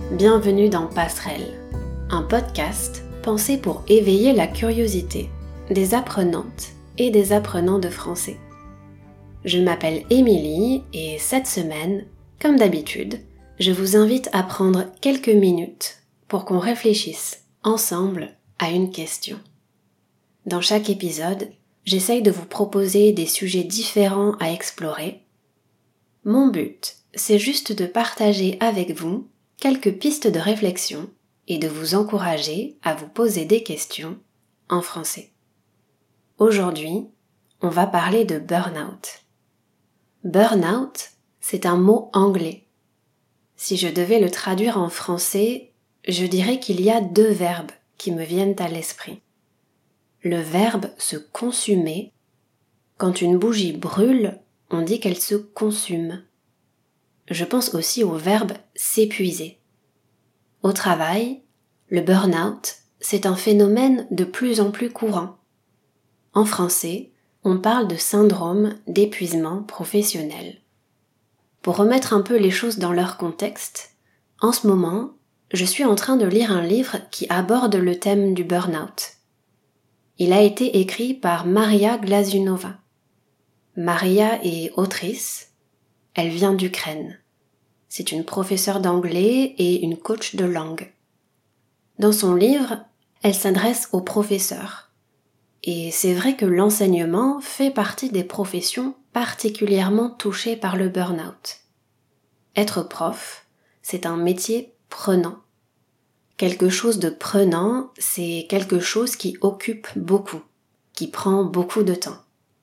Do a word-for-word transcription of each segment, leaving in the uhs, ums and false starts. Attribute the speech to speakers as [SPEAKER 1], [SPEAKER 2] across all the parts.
[SPEAKER 1] Bienvenue dans Passerelle, un podcast pensé pour éveiller la curiosité des apprenantes et des apprenants de français. Je m'appelle Émilie et cette semaine, comme d'habitude, je vous invite à prendre quelques minutes pour qu'on réfléchisse ensemble à une question. Dans chaque épisode, j'essaye de vous proposer des sujets différents à explorer. Mon but, c'est juste de partager avec vous quelques pistes de réflexion et de vous encourager à vous poser des questions en français. Aujourd'hui, on va parler de burn-out. Burn-out, c'est un mot anglais. Si je devais le traduire en français, je dirais qu'il y a deux verbes qui me viennent à l'esprit. Le verbe se consumer. Quand une bougie brûle, on dit qu'elle se consume. Je pense aussi au verbe s'épuiser. Au travail, le burn-out, c'est un phénomène de plus en plus courant. En français, on parle de syndrome d'épuisement professionnel. Pour remettre un peu les choses dans leur contexte, en ce moment, je suis en train de lire un livre qui aborde le thème du burn-out. Il a été écrit par Maria Glazunova. Maria est autrice. Elle vient d'Ukraine. C'est une professeure d'anglais et une coach de langue. Dans son livre, elle s'adresse aux professeurs. Et c'est vrai que l'enseignement fait partie des professions particulièrement touchées par le burn-out. Être prof, c'est un métier prenant. Quelque chose de prenant, c'est quelque chose qui occupe beaucoup, qui prend beaucoup de temps.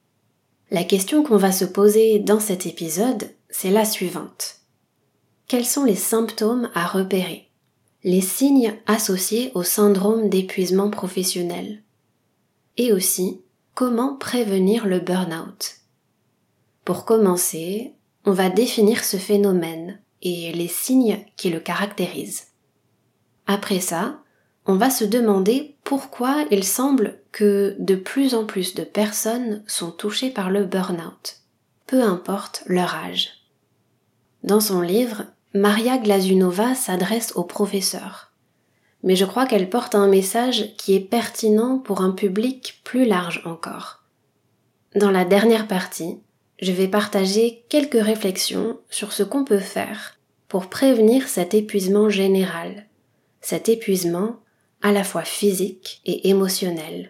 [SPEAKER 1] La question qu'on va se poser dans cet épisode, c'est la suivante. Quels sont les symptômes à repérer, les signes associés au syndrome d'épuisement professionnel? Et aussi, comment prévenir le burn-out? Pour commencer, on va définir ce phénomène et les signes qui le caractérisent. Après ça, on va se demander pourquoi il semble que de plus en plus de personnes sont touchées par le burn-out, peu importe leur âge. Dans son livre, Maria Glazunova s'adresse aux professeurs, mais je crois qu'elle porte un message qui est pertinent pour un public plus large encore. Dans la dernière partie, je vais partager quelques réflexions sur ce qu'on peut faire pour prévenir cet épuisement général, cet épuisement à la fois physique et émotionnel.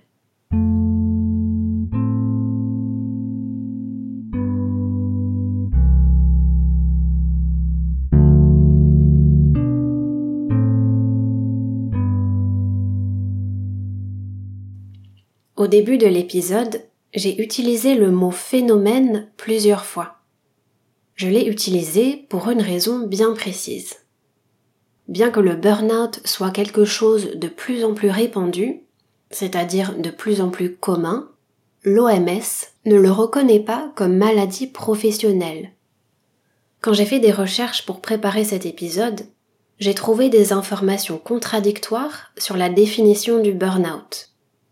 [SPEAKER 1] Au début de l'épisode, j'ai utilisé le mot phénomène plusieurs fois. Je l'ai utilisé pour une raison bien précise. Bien que le burn-out soit quelque chose de plus en plus répandu, c'est-à-dire de plus en plus commun, l'O M S ne le reconnaît pas comme maladie professionnelle. Quand j'ai fait des recherches pour préparer cet épisode, j'ai trouvé des informations contradictoires sur la définition du burn-out.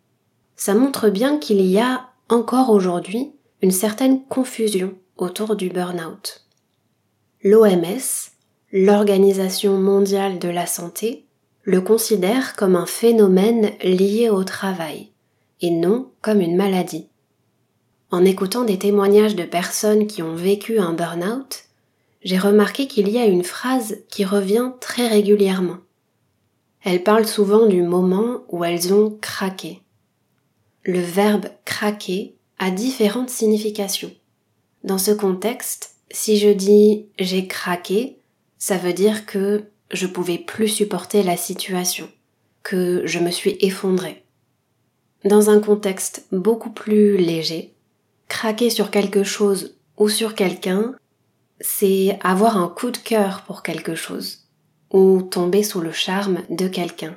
[SPEAKER 1] Ça montre bien qu'il y a, encore aujourd'hui, une certaine confusion autour du burn-out. L'O M S, l'Organisation mondiale de la santé, le considère comme un phénomène lié au travail, et non comme une maladie. En écoutant des témoignages de personnes qui ont vécu un burn-out, j'ai remarqué qu'il y a une phrase qui revient très régulièrement. Elles parlent souvent du moment où elles ont craqué. Le verbe « craquer » a différentes significations. Dans ce contexte, si je dis « j'ai craqué », ça veut dire que je pouvais plus supporter la situation, que je me suis effondrée. Dans un contexte beaucoup plus léger, craquer sur quelque chose ou sur quelqu'un, c'est avoir un coup de cœur pour quelque chose, ou tomber sous le charme de quelqu'un.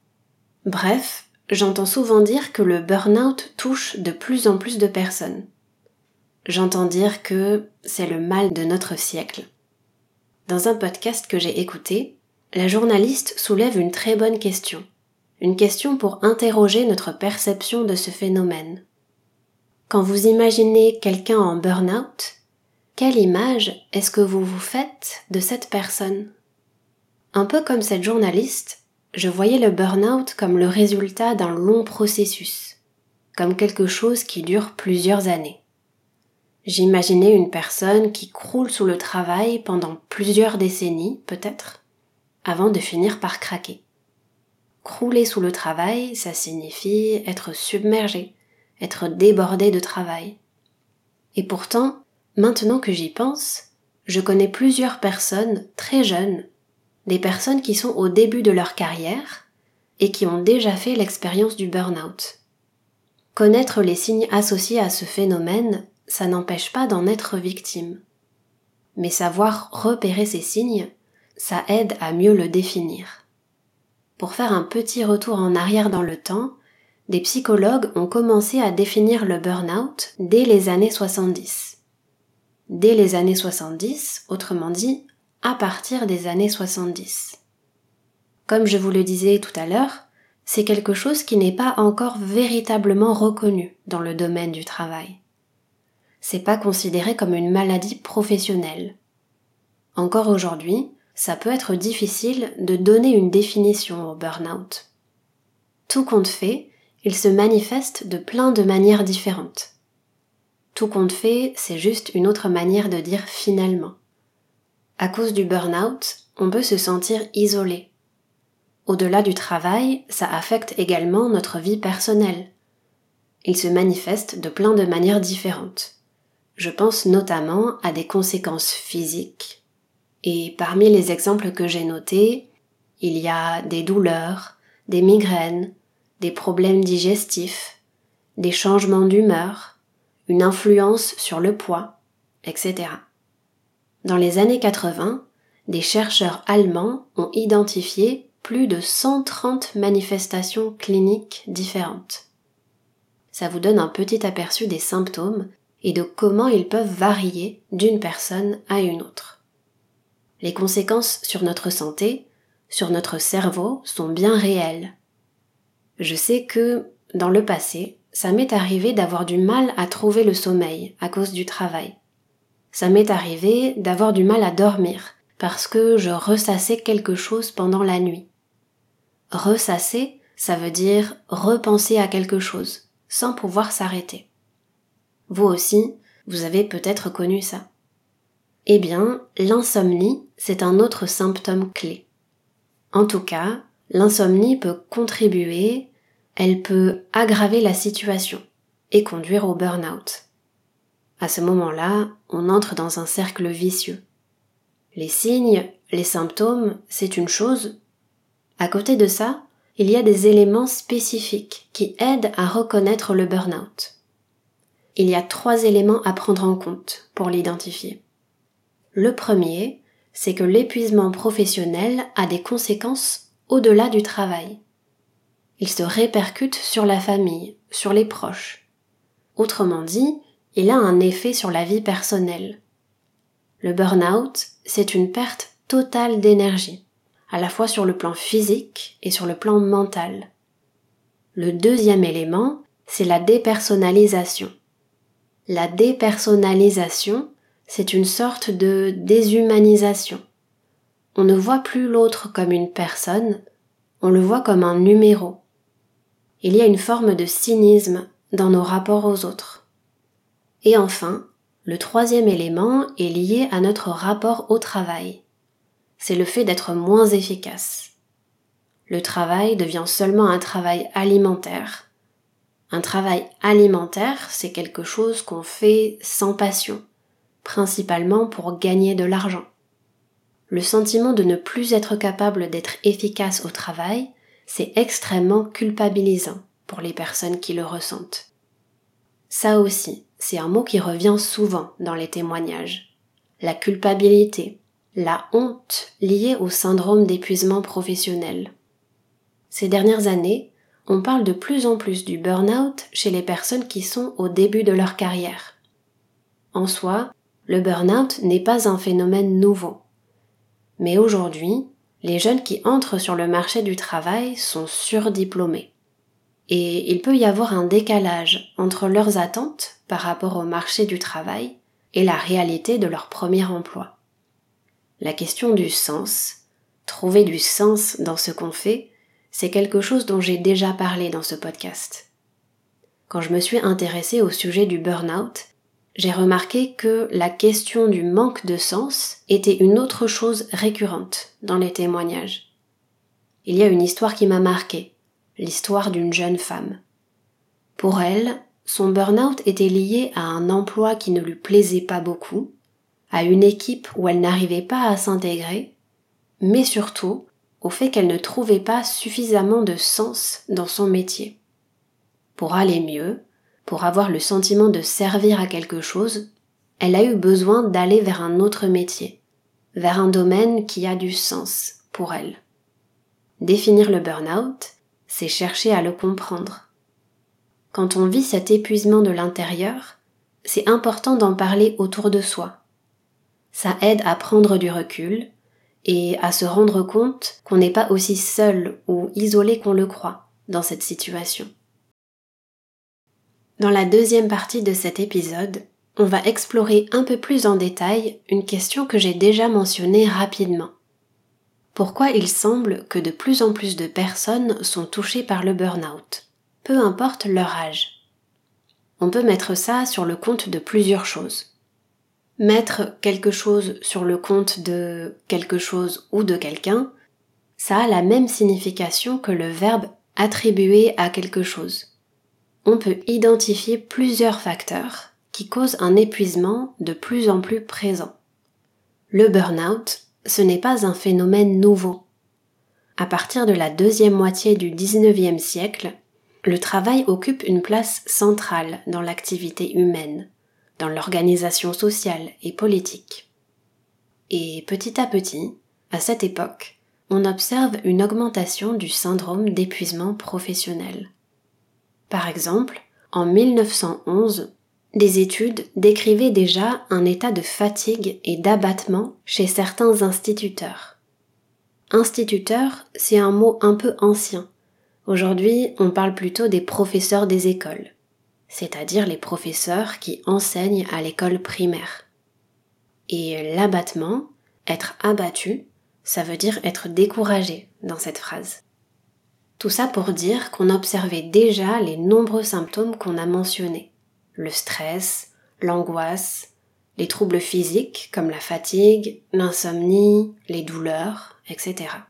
[SPEAKER 1] Bref, j'entends souvent dire que le burn-out touche de plus en plus de personnes. J'entends dire que c'est le mal de notre siècle. Dans un podcast que j'ai écouté, la journaliste soulève une très bonne question. Une question pour interroger notre perception de ce phénomène. Quand vous imaginez quelqu'un en burn-out, quelle image est-ce que vous vous faites de cette personne ? Un peu comme cette journaliste, je voyais le burn-out comme le résultat d'un long processus, comme quelque chose qui dure plusieurs années. J'imaginais une personne qui croule sous le travail pendant plusieurs décennies, peut-être, avant de finir par craquer. Crouler sous le travail, ça signifie être submergé, être débordé de travail. Et pourtant, maintenant que j'y pense, je connais plusieurs personnes très jeunes, des personnes qui sont au début de leur carrière et qui ont déjà fait l'expérience du burn-out. Connaître les signes associés à ce phénomène, ça n'empêche pas d'en être victime. Mais savoir repérer ces signes, ça aide à mieux le définir. Pour faire un petit retour en arrière dans le temps, des psychologues ont commencé à définir le burn-out dès les années soixante-dix. Dès les années soixante-dix, autrement dit, à partir des années soixante-dix. Comme je vous le disais tout à l'heure, c'est quelque chose qui n'est pas encore véritablement reconnu dans le domaine du travail. C'est pas considéré comme une maladie professionnelle. Encore aujourd'hui, ça peut être difficile de donner une définition au burn-out. Tout compte fait, il se manifeste de plein de manières différentes. Tout compte fait, c'est juste une autre manière de dire finalement. À cause du burn-out, on peut se sentir isolé. Au-delà du travail, ça affecte également notre vie personnelle. Il se manifeste de plein de manières différentes. Je pense notamment à des conséquences physiques. Et parmi les exemples que j'ai notés, il y a des douleurs, des migraines, des problèmes digestifs, des changements d'humeur, une influence sur le poids, et cetera. Dans les années quatre-vingts, des chercheurs allemands ont identifié plus de cent trente manifestations cliniques différentes. Ça vous donne un petit aperçu des symptômes et de comment ils peuvent varier d'une personne à une autre. Les conséquences sur notre santé, sur notre cerveau, sont bien réelles. Je sais que, dans le passé, ça m'est arrivé d'avoir du mal à trouver le sommeil à cause du travail. Ça m'est arrivé d'avoir du mal à dormir parce que je ressassais quelque chose pendant la nuit. Ressasser, ça veut dire repenser à quelque chose, sans pouvoir s'arrêter. Vous aussi, vous avez peut-être connu ça. Eh bien, l'insomnie, c'est un autre symptôme clé. En tout cas, l'insomnie peut contribuer, elle peut aggraver la situation et conduire au burn-out. À ce moment-là, on entre dans un cercle vicieux. Les signes, les symptômes, c'est une chose. À côté de ça, il y a des éléments spécifiques qui aident à reconnaître le burn-out. Il y a trois éléments à prendre en compte pour l'identifier. Le premier, c'est que l'épuisement professionnel a des conséquences au-delà du travail. Il se répercute sur la famille, sur les proches. Autrement dit, il a un effet sur la vie personnelle. Le burn-out, c'est une perte totale d'énergie, à la fois sur le plan physique et sur le plan mental. Le deuxième élément, c'est la dépersonnalisation. La dépersonnalisation, c'est une sorte de déshumanisation. On ne voit plus l'autre comme une personne, on le voit comme un numéro. Il y a une forme de cynisme dans nos rapports aux autres. Et enfin, le troisième élément est lié à notre rapport au travail. C'est le fait d'être moins efficace. Le travail devient seulement un travail alimentaire. Un travail alimentaire, c'est quelque chose qu'on fait sans passion, principalement pour gagner de l'argent. Le sentiment de ne plus être capable d'être efficace au travail, c'est extrêmement culpabilisant pour les personnes qui le ressentent. Ça aussi, c'est un mot qui revient souvent dans les témoignages. La culpabilité, la honte liée au syndrome d'épuisement professionnel. Ces dernières années, on parle de plus en plus du burn-out chez les personnes qui sont au début de leur carrière. En soi, le burn-out n'est pas un phénomène nouveau. Mais aujourd'hui, les jeunes qui entrent sur le marché du travail sont surdiplômés. Et il peut y avoir un décalage entre leurs attentes par rapport au marché du travail et la réalité de leur premier emploi. La question du sens, trouver du sens dans ce qu'on fait, c'est quelque chose dont j'ai déjà parlé dans ce podcast. Quand je me suis intéressée au sujet du burn-out, j'ai remarqué que la question du manque de sens était une autre chose récurrente dans les témoignages. Il y a une histoire qui m'a marquée, l'histoire d'une jeune femme. Pour elle, son burn-out était lié à un emploi qui ne lui plaisait pas beaucoup, à une équipe où elle n'arrivait pas à s'intégrer, mais surtout au fait qu'elle ne trouvait pas suffisamment de sens dans son métier. Pour aller mieux, pour avoir le sentiment de servir à quelque chose, elle a eu besoin d'aller vers un autre métier, vers un domaine qui a du sens pour elle. Définir le burn-out, c'est chercher à le comprendre. Quand on vit cet épuisement de l'intérieur, c'est important d'en parler autour de soi. Ça aide à prendre du recul et à se rendre compte qu'on n'est pas aussi seul ou isolé qu'on le croit dans cette situation. Dans la deuxième partie de cet épisode, on va explorer un peu plus en détail une question que j'ai déjà mentionnée rapidement. Pourquoi il semble que de plus en plus de personnes sont touchées par le burn-out, peu importe leur âge? On peut mettre ça sur le compte de plusieurs choses. Mettre quelque chose sur le compte de quelque chose ou de quelqu'un, ça a la même signification que le verbe attribuer à quelque chose. On peut identifier plusieurs facteurs qui causent un épuisement de plus en plus présent. Le burn-out, ce n'est pas un phénomène nouveau. À partir de la deuxième moitié du dix-neuvième siècle, le travail occupe une place centrale dans l'activité humaine, dans l'organisation sociale et politique. Et petit à petit, à cette époque, on observe une augmentation du syndrome d'épuisement professionnel. Par exemple, en mille neuf cent onze, des études décrivaient déjà un état de fatigue et d'abattement chez certains instituteurs. Instituteur, c'est un mot un peu ancien. Aujourd'hui, on parle plutôt des professeurs des écoles, c'est-à-dire les professeurs qui enseignent à l'école primaire. Et l'abattement, être abattu, ça veut dire être découragé dans cette phrase. Tout ça pour dire qu'on observait déjà les nombreux symptômes qu'on a mentionnés. Le stress, l'angoisse, les troubles physiques comme la fatigue, l'insomnie, les douleurs, et cetera.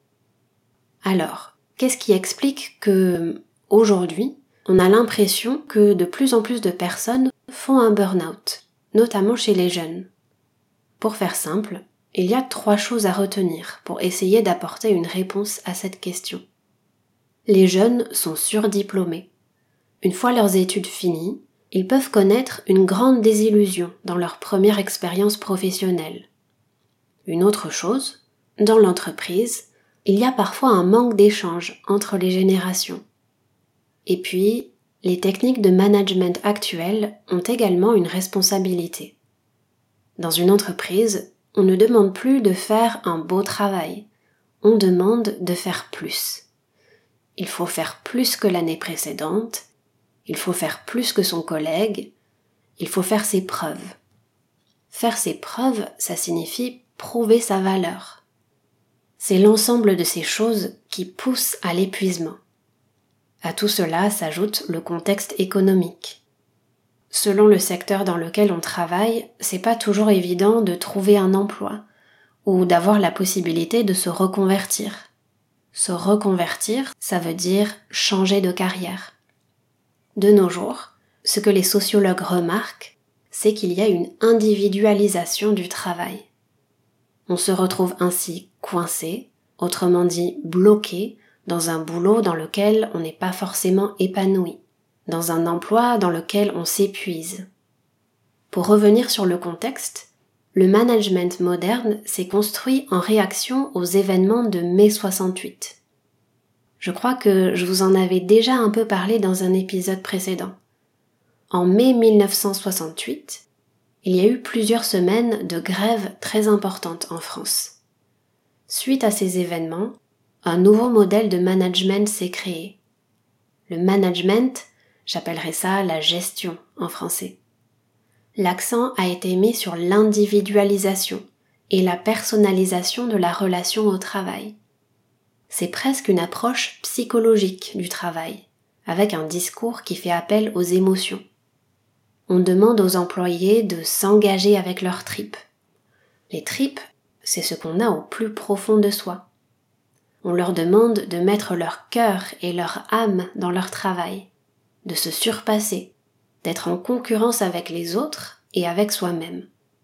[SPEAKER 1] Alors, qu'est-ce qui explique que, aujourd'hui, on a l'impression que de plus en plus de personnes font un burn-out, notamment chez les jeunes? Pour faire simple, il y a trois choses à retenir pour essayer d'apporter une réponse à cette question. Les jeunes sont surdiplômés. Une fois leurs études finies, ils peuvent connaître une grande désillusion dans leur première expérience professionnelle. Une autre chose, dans l'entreprise, il y a parfois un manque d'échange entre les générations. Et puis, les techniques de management actuelles ont également une responsabilité. Dans une entreprise, on ne demande plus de faire un beau travail, on demande de faire plus. Il faut faire plus que l'année précédente, il faut faire plus que son collègue, il faut faire ses preuves. Faire ses preuves, ça signifie prouver sa valeur. C'est l'ensemble de ces choses qui poussent à l'épuisement. À tout cela s'ajoute le contexte économique. Selon le secteur dans lequel on travaille, c'est pas toujours évident de trouver un emploi ou d'avoir la possibilité de se reconvertir. Se reconvertir, ça veut dire changer de carrière. De nos jours, ce que les sociologues remarquent, c'est qu'il y a une individualisation du travail. On se retrouve ainsi coincé, autrement dit bloqué, dans un boulot dans lequel on n'est pas forcément épanoui, dans un emploi dans lequel on s'épuise. Pour revenir sur le contexte, le management moderne s'est construit en réaction aux événements de mai soixante-huit. Je crois que je vous en avais déjà un peu parlé dans un épisode précédent. En mai mille neuf cent soixante-huit, il y a eu plusieurs semaines de grève très importantes en France. Suite à ces événements, un nouveau modèle de management s'est créé. Le management, j'appellerais ça la gestion en français. L'accent a été mis sur l'individualisation et la personnalisation de la relation au travail, C'est presque une approche psychologique du travail, avec un discours qui fait appel aux émotions. On demande aux employés de s'engager avec leurs tripes. Les tripes, c'est ce qu'on a au plus profond de soi. On leur demande de mettre leur cœur et leur âme dans leur travail, de se surpasser, d'être en concurrence avec les autres et avec soi-même.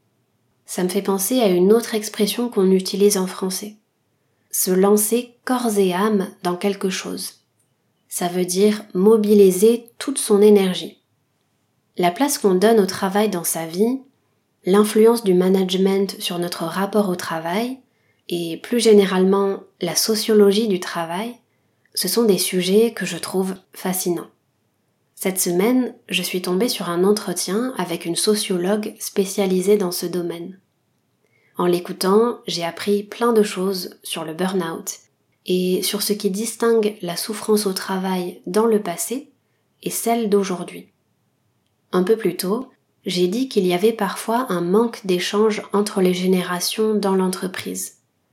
[SPEAKER 1] Ça me fait penser à une autre expression qu'on utilise en français. Se lancer corps et âme dans quelque chose. Ça veut dire mobiliser toute son énergie. La place qu'on donne au travail dans sa vie, l'influence du management sur notre rapport au travail, et plus généralement la sociologie du travail, ce sont des sujets que je trouve fascinants. Cette semaine, je suis tombée sur un entretien avec une sociologue spécialisée dans ce domaine. En l'écoutant, j'ai appris plein de choses sur le burn-out et sur ce qui distingue la souffrance au travail dans le passé et celle d'aujourd'hui. Un peu plus tôt, j'ai dit qu'il y avait parfois un manque d'échange entre les générations dans l'entreprise.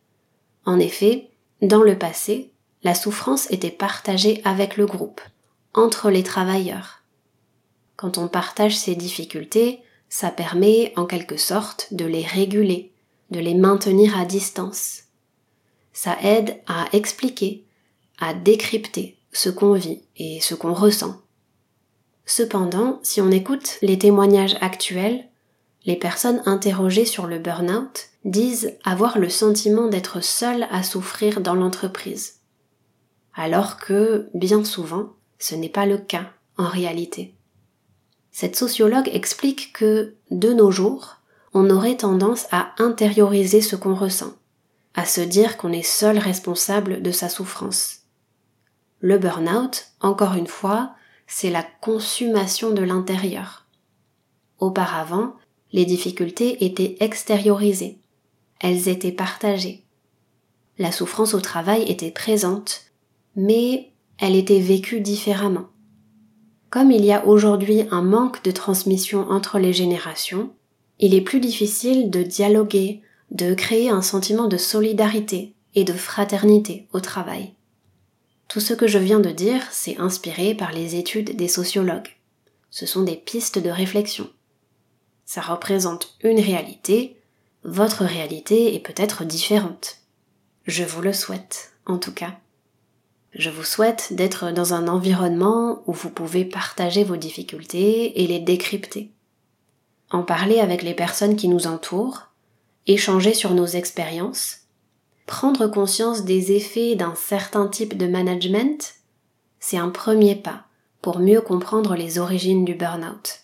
[SPEAKER 1] En effet, dans le passé, la souffrance était partagée avec le groupe, entre les travailleurs. Quand on partage ses difficultés, ça permet en quelque sorte de les réguler, de les maintenir à distance. Ça aide à expliquer, à décrypter ce qu'on vit et ce qu'on ressent. Cependant, si on écoute les témoignages actuels, les personnes interrogées sur le burn-out disent avoir le sentiment d'être seules à souffrir dans l'entreprise. Alors que, bien souvent, ce n'est pas le cas en réalité. Cette sociologue explique que, de nos jours, on aurait tendance à intérioriser ce qu'on ressent, à se dire qu'on est seul responsable de sa souffrance. Le burn-out, encore une fois, c'est la consommation de l'intérieur. Auparavant, les difficultés étaient extériorisées, elles étaient partagées. La souffrance au travail était présente, mais elle était vécue différemment. Comme il y a aujourd'hui un manque de transmission entre les générations, il est plus difficile de dialoguer, de créer un sentiment de solidarité et de fraternité au travail. Tout ce que je viens de dire, c'est inspiré par les études des sociologues. Ce sont des pistes de réflexion. Ça représente une réalité, votre réalité est peut-être différente. Je vous le souhaite, en tout cas. Je vous souhaite d'être dans un environnement où vous pouvez partager vos difficultés et les décrypter. En parler avec les personnes qui nous entourent, échanger sur nos expériences, prendre conscience des effets d'un certain type de management, c'est un premier pas pour mieux comprendre les origines du burn-out.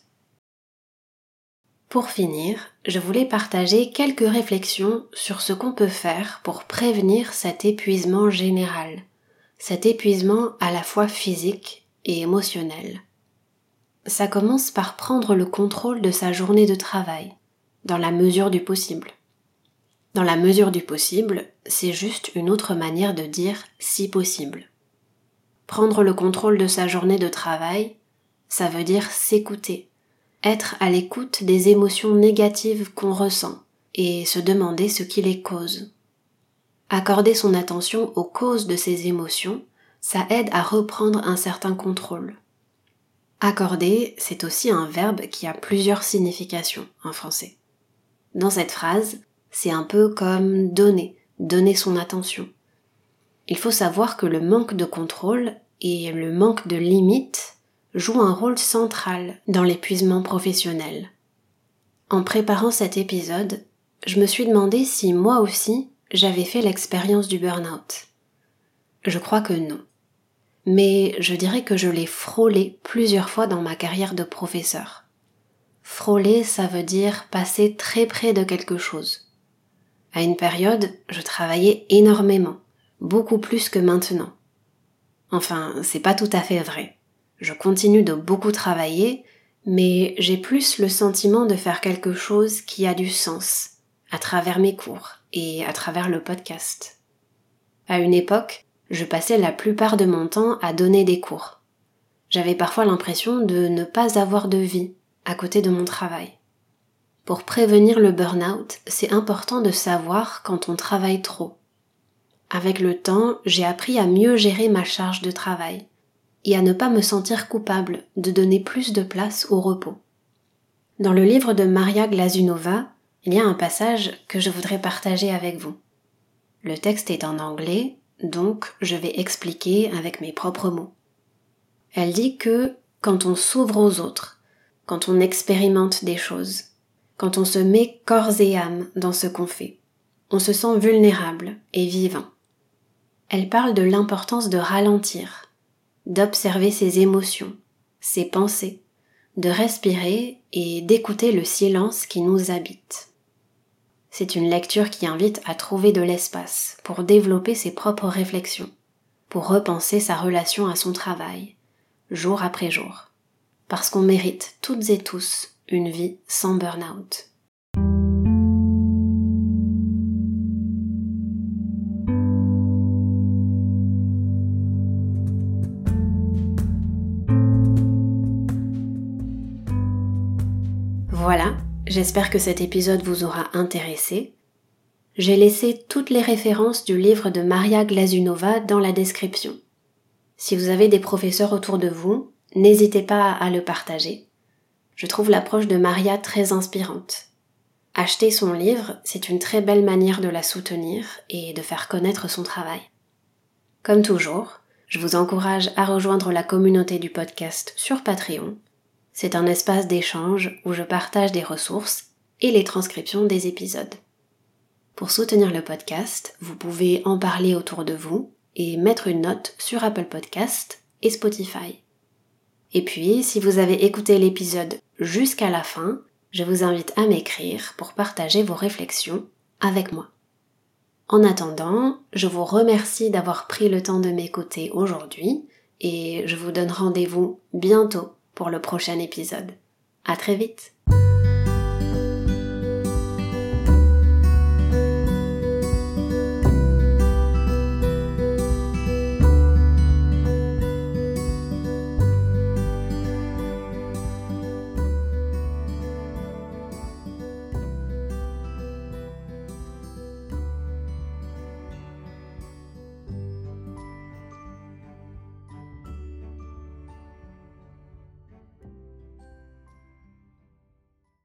[SPEAKER 1] Pour finir, je voulais partager quelques réflexions sur ce qu'on peut faire pour prévenir cet épuisement général, cet épuisement à la fois physique et émotionnel. Ça commence par prendre le contrôle de sa journée de travail, dans la mesure du possible. Dans la mesure du possible, c'est juste une autre manière de dire « si possible ». Prendre le contrôle de sa journée de travail, ça veut dire s'écouter, être à l'écoute des émotions négatives qu'on ressent et se demander ce qui les cause. Accorder son attention aux causes de ces émotions, ça aide à reprendre un certain contrôle. Accorder, c'est aussi un verbe qui a plusieurs significations en français. Dans cette phrase, c'est un peu comme donner, donner son attention. Il faut savoir que le manque de contrôle et le manque de limite jouent un rôle central dans l'épuisement professionnel. En préparant cet épisode, je me suis demandé si moi aussi j'avais fait l'expérience du burn-out. Je crois que non. Mais je dirais que je l'ai frôlé plusieurs fois dans ma carrière de professeur. Frôler, ça veut dire passer très près de quelque chose. À une période, je travaillais énormément, beaucoup plus que maintenant. Enfin, c'est pas tout à fait vrai. Je continue de beaucoup travailler, mais j'ai plus le sentiment de faire quelque chose qui a du sens, à travers mes cours et à travers le podcast. À une époque, je passais la plupart de mon temps à donner des cours. J'avais parfois l'impression de ne pas avoir de vie à côté de mon travail. Pour prévenir le burn-out, c'est important de savoir quand on travaille trop. avec le temps, j'ai appris à mieux gérer ma charge de travail et à ne pas me sentir coupable de donner plus de place au repos. Dans le livre de Maria Glazunova, il y a un passage que je voudrais partager avec vous. Le texte est en anglais, donc je vais expliquer avec mes propres mots. Elle dit que quand on s'ouvre aux autres, quand on expérimente des choses, quand on se met corps et âme dans ce qu'on fait, on se sent vulnérable et vivant. Elle parle de l'importance de ralentir, d'observer ses émotions, ses pensées, de respirer et d'écouter le silence qui nous habite. C'est une lecture qui invite à trouver de l'espace pour développer ses propres réflexions, pour repenser sa relation à son travail, jour après jour, parce qu'on mérite toutes et tous une vie sans burn-out. Voilà, j'espère que cet épisode vous aura intéressé. J'ai laissé toutes les références du livre de Maria Glazunova dans la description. Si vous avez des professeurs autour de vous, n'hésitez pas à le partager. Je trouve l'approche de Maria très inspirante. Acheter son livre, c'est une très belle manière de la soutenir et de faire connaître son travail. Comme toujours, je vous encourage à rejoindre la communauté du podcast sur Patreon. C'est un espace d'échange où je partage des ressources et les transcriptions des épisodes. Pour soutenir le podcast, vous pouvez en parler autour de vous et mettre une note sur Apple Podcast et Spotify. Et puis, si vous avez écouté l'épisode jusqu'à la fin, je vous invite à m'écrire pour partager vos réflexions avec moi. En attendant, je vous remercie d'avoir pris le temps de m'écouter aujourd'hui et je vous donne rendez-vous bientôt pour le prochain épisode. À très vite!